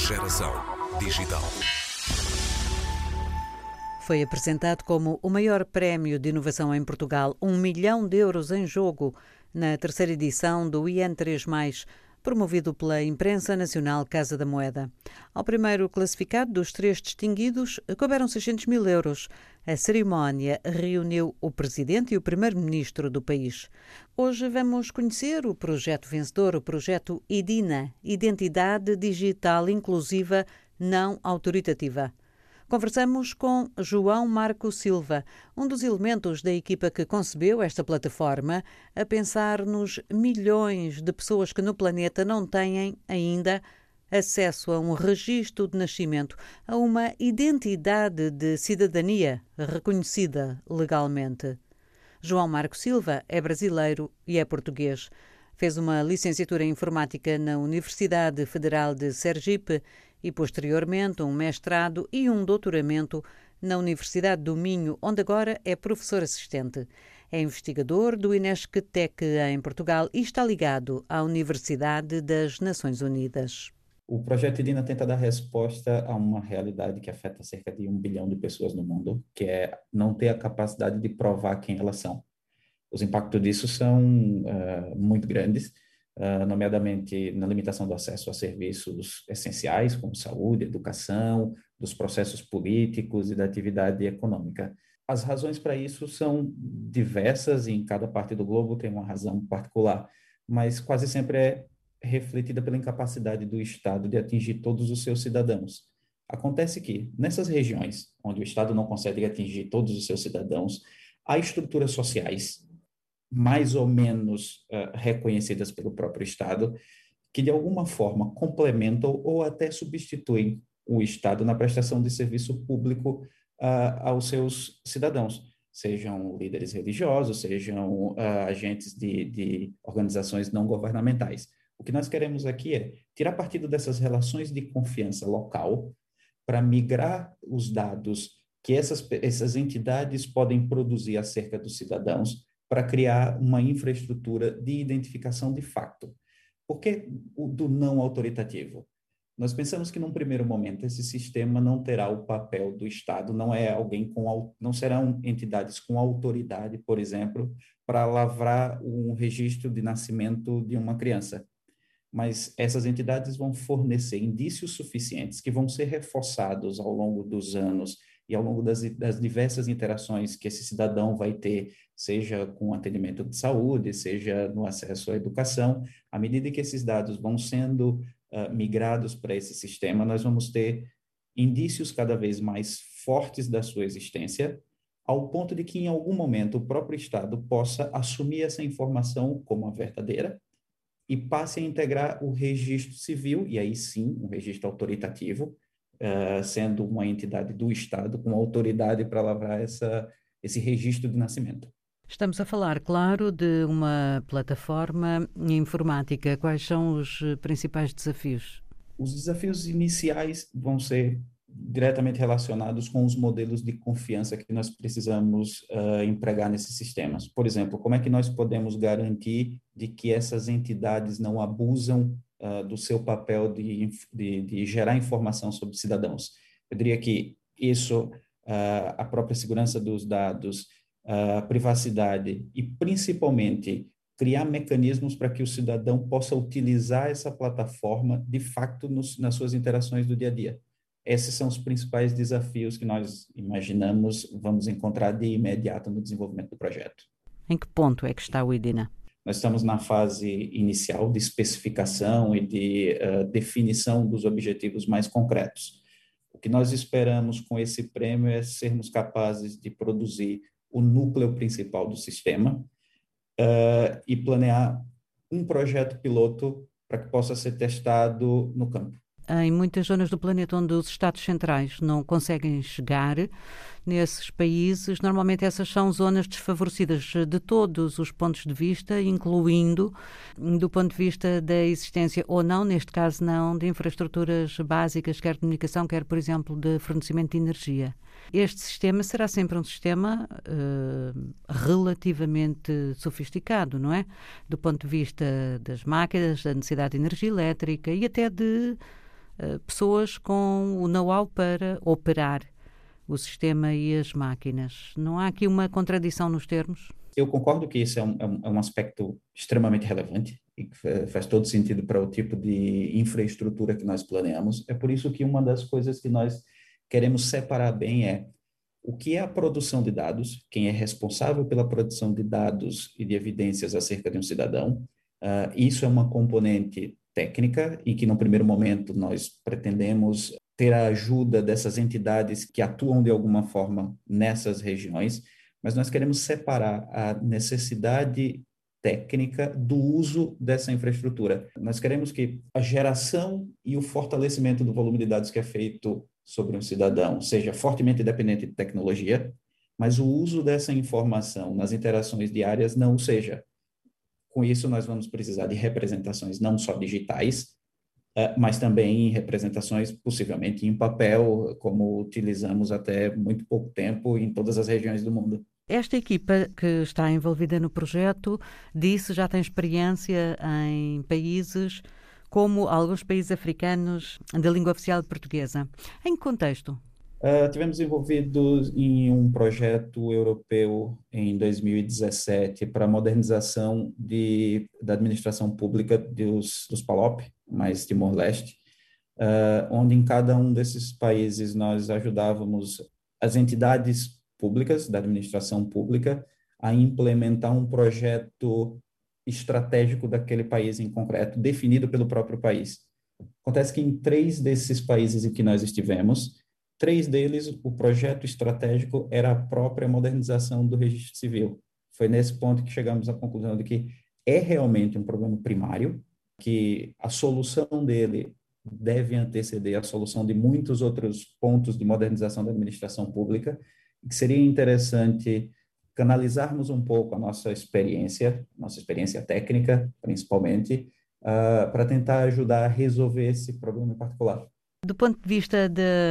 Geração Digital. Foi apresentado como o maior prémio de inovação em Portugal, 1 milhão de euros em jogo, na terceira edição do IN3+, promovido pela Imprensa Nacional Casa da Moeda. Ao primeiro classificado dos 3 distinguidos, couberam 600 mil euros. A cerimónia reuniu o Presidente e o Primeiro-Ministro do país. Hoje vamos conhecer o projeto vencedor, o projeto IDINA, Identidade Digital Inclusiva Não Autoritativa. Conversamos com João Marco Silva, um dos elementos da equipa que concebeu esta plataforma, a pensar nos milhões de pessoas que no planeta não têm ainda acesso a um registro de nascimento, a uma identidade de cidadania reconhecida legalmente. João Marco Silva é brasileiro e é português. Fez uma licenciatura em Informática na Universidade Federal de Sergipe e, posteriormente, um mestrado e um doutoramento na Universidade do Minho, onde agora é professor assistente. É investigador do INESC-TEC em Portugal e está ligado à Universidade das Nações Unidas. O projeto IDINA tenta dar resposta a uma realidade que afeta cerca de 1 bilhão de pessoas no mundo, que é não ter a capacidade de provar quem elas são. Os impactos disso são muito grandes, nomeadamente na limitação do acesso a serviços essenciais, como saúde, educação, dos processos políticos e da atividade econômica. As razões para isso são diversas e em cada parte do globo tem uma razão particular, mas quase sempre é refletida pela incapacidade do Estado de atingir todos os seus cidadãos. Acontece que, nessas regiões onde o Estado não consegue atingir todos os seus cidadãos, há estruturas sociais mais ou menos reconhecidas pelo próprio Estado, que de alguma forma complementam ou até substituem o Estado na prestação de serviço público aos seus cidadãos, sejam líderes religiosos, sejam agentes de organizações não governamentais. O que nós queremos aqui é tirar partido dessas relações de confiança local para migrar os dados que essas entidades podem produzir acerca dos cidadãos para criar uma infraestrutura de identificação de fato. Por que o do não autoritativo? Nós pensamos que, num primeiro momento, esse sistema não terá o papel do Estado, não serão entidades com autoridade, por exemplo, para lavrar um registro de nascimento de uma criança. Mas essas entidades vão fornecer indícios suficientes que vão ser reforçados ao longo dos anos e ao longo das diversas interações que esse cidadão vai ter, seja com atendimento de saúde, seja no acesso à educação. À medida que esses dados vão sendo migrados para esse sistema, nós vamos ter indícios cada vez mais fortes da sua existência, ao ponto de que, em algum momento, o próprio Estado possa assumir essa informação como a verdadeira e passe a integrar o registro civil, e aí sim, um registro autoritativo, sendo uma entidade do Estado com autoridade para lavrar esse registro de nascimento. Estamos a falar, claro, de uma plataforma informática. Quais são os principais desafios? Os desafios iniciais vão ser diretamente relacionados com os modelos de confiança que nós precisamos empregar nesses sistemas. Por exemplo, como é que nós podemos garantir de que essas entidades não abusam do seu papel de gerar informação sobre cidadãos? Eu diria que isso, a própria segurança dos dados, a privacidade e, principalmente, criar mecanismos para que o cidadão possa utilizar essa plataforma, de fato, nas suas interações do dia a dia. Esses são os principais desafios que nós imaginamos vamos encontrar de imediato no desenvolvimento do projeto. Em que ponto é que está o IDINA? Nós estamos na fase inicial de especificação e de definição dos objetivos mais concretos. O que nós esperamos com esse prêmio é sermos capazes de produzir o núcleo principal do sistema e planear um projeto piloto para que possa ser testado no campo. Em muitas zonas do planeta onde os Estados centrais não conseguem chegar, nesses países, normalmente essas são zonas desfavorecidas de todos os pontos de vista, incluindo do ponto de vista da existência, ou não, neste caso não, de infraestruturas básicas, quer de comunicação, quer, por exemplo, de fornecimento de energia. Este sistema será sempre um sistema relativamente sofisticado, não é? Do ponto de vista das máquinas, da necessidade de energia elétrica e até de pessoas com o know-how para operar o sistema e as máquinas. Não há aqui uma contradição nos termos? Eu concordo que isso é um aspecto extremamente relevante e que faz todo sentido para o tipo de infraestrutura que nós planeamos. É por isso que uma das coisas que nós queremos separar bem é o que é a produção de dados, quem é responsável pela produção de dados e de evidências acerca de um cidadão. Isso é uma componente técnica e que, no primeiro momento, nós pretendemos ter a ajuda dessas entidades que atuam de alguma forma nessas regiões, mas nós queremos separar a necessidade técnica do uso dessa infraestrutura. Nós queremos que a geração e o fortalecimento do volume de dados que é feito sobre um cidadão seja fortemente dependente de tecnologia, mas o uso dessa informação nas interações diárias não o seja. Com isso, nós vamos precisar de representações não só digitais, mas também representações possivelmente em papel, como utilizamos até muito pouco tempo em todas as regiões do mundo. Esta equipa que está envolvida no projeto disse já tem experiência em países como alguns países africanos da língua oficial portuguesa. Em que contexto? Tivemos envolvidos em um projeto europeu em 2017 para a modernização da administração pública dos PALOP, mais Timor-Leste, onde em cada um desses países nós ajudávamos as entidades públicas, da administração pública, a implementar um projeto estratégico daquele país em concreto, definido pelo próprio país. Acontece que em 3 desses países em que nós estivemos, 3 deles, o projeto estratégico era a própria modernização do registro civil. Foi nesse ponto que chegamos à conclusão de que é realmente um problema primário, que a solução dele deve anteceder a solução de muitos outros pontos de modernização da administração pública, e que seria interessante canalizarmos um pouco a nossa experiência técnica, principalmente, para tentar ajudar a resolver esse problema em particular. Do ponto de vista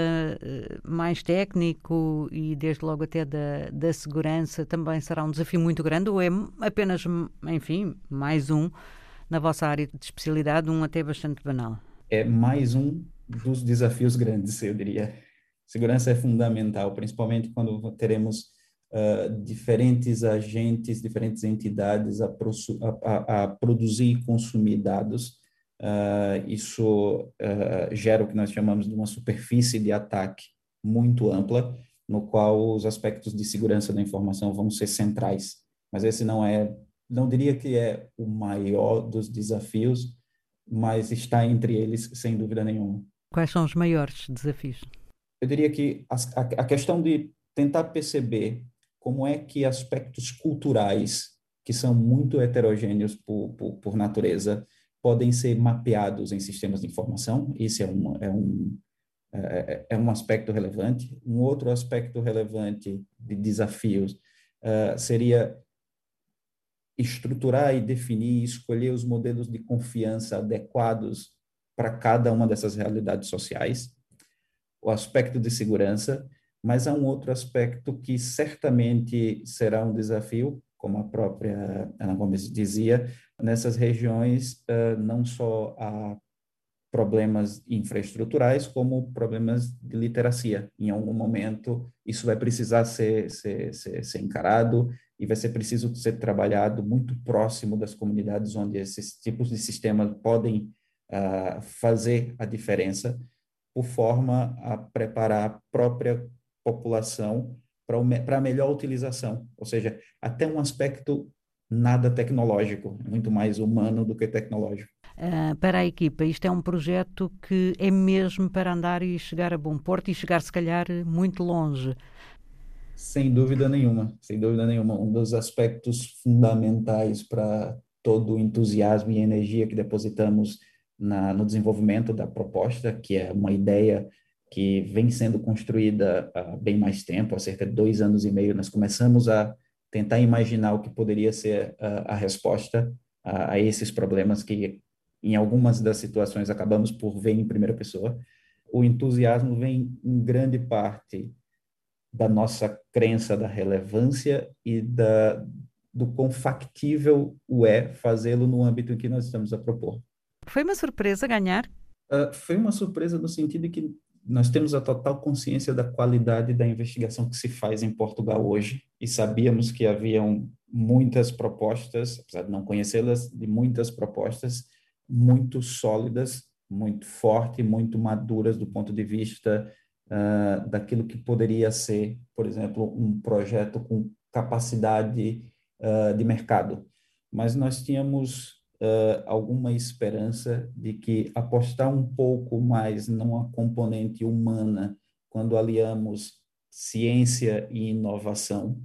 mais técnico e desde logo até da segurança, também será um desafio muito grande ou é apenas, enfim, mais um na vossa área de especialidade, um até bastante banal? É mais um dos desafios grandes, eu diria. Segurança é fundamental, principalmente quando teremos diferentes agentes, diferentes entidades a produzir e consumir dados. Isso gera o que nós chamamos de uma superfície de ataque muito ampla, no qual os aspectos de segurança da informação vão ser centrais. Mas esse não diria que é o maior dos desafios, mas está entre eles, sem dúvida nenhuma. Quais são os maiores desafios? Eu diria que a questão de tentar perceber como é que aspectos culturais, que são muito heterogêneos por natureza, podem ser mapeados em sistemas de informação. Esse é um aspecto relevante. Um outro aspecto relevante de desafios seria estruturar e definir e escolher os modelos de confiança adequados para cada uma dessas realidades sociais. O aspecto de segurança, mas há um outro aspecto que certamente será um desafio, como a própria Ana Gomes dizia, nessas regiões não só há problemas infraestruturais, como problemas de literacia. Em algum momento, isso vai precisar ser encarado e vai ser preciso ser trabalhado muito próximo das comunidades onde esses tipos de sistemas podem fazer a diferença, por forma a preparar a própria população para a melhor utilização, ou seja, até um aspecto nada tecnológico, muito mais humano do que tecnológico. Para a equipa, isto é um projeto que é mesmo para andar e chegar a bom porto e chegar, se calhar, muito longe. Sem dúvida nenhuma, sem dúvida nenhuma. Um dos aspectos fundamentais para todo o entusiasmo e energia que depositamos no desenvolvimento da proposta, que é uma ideia que vem sendo construída há bem mais tempo, há cerca de 2 anos e meio, nós começamos a tentar imaginar o que poderia ser a resposta a esses problemas que, em algumas das situações, acabamos por ver em primeira pessoa. O entusiasmo vem, em grande parte, da nossa crença da relevância e do quão factível é fazê-lo no âmbito em que nós estamos a propor. Foi uma surpresa ganhar? Foi uma surpresa no sentido de que nós temos a total consciência da qualidade da investigação que se faz em Portugal hoje e sabíamos que haviam muitas propostas, apesar de não conhecê-las, de muitas propostas muito sólidas, muito fortes, muito maduras do ponto de vista daquilo que poderia ser, por exemplo, um projeto com capacidade de mercado. Mas nós tínhamos alguma esperança de que apostar um pouco mais numa componente humana, quando aliamos ciência e inovação,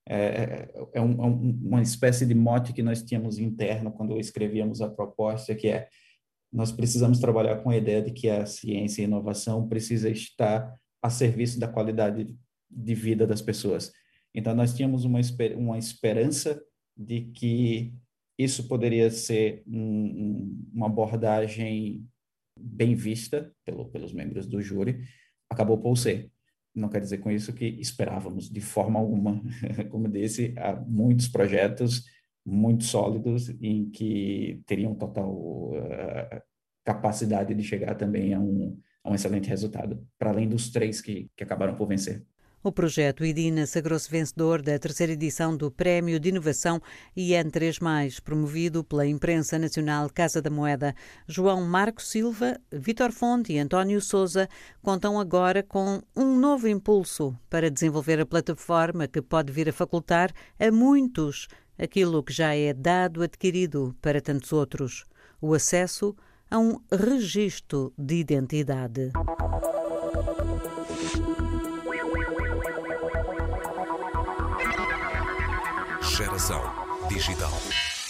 uma espécie de mote que nós tínhamos interno quando escrevíamos a proposta, que é: nós precisamos trabalhar com a ideia de que a ciência e a inovação precisa estar a serviço da qualidade de vida das pessoas. Então, nós tínhamos uma esperança de que isso poderia ser uma abordagem bem vista pelos membros do júri. Acabou por ser. Não quer dizer com isso que esperávamos de forma alguma. Como disse, há muitos projetos muito sólidos em que teriam total capacidade de chegar também a um excelente resultado, para além dos 3 que acabaram por vencer. O projeto IDINA sagrou-se vencedor da 3ª edição do Prémio de Inovação IN3+, promovido pela Imprensa Nacional Casa da Moeda. João Marcos Silva, Vítor Fonte e António Sousa contam agora com um novo impulso para desenvolver a plataforma que pode vir a facultar a muitos aquilo que já é dado adquirido para tantos outros: o acesso a um registro de identidade. Geração Digital.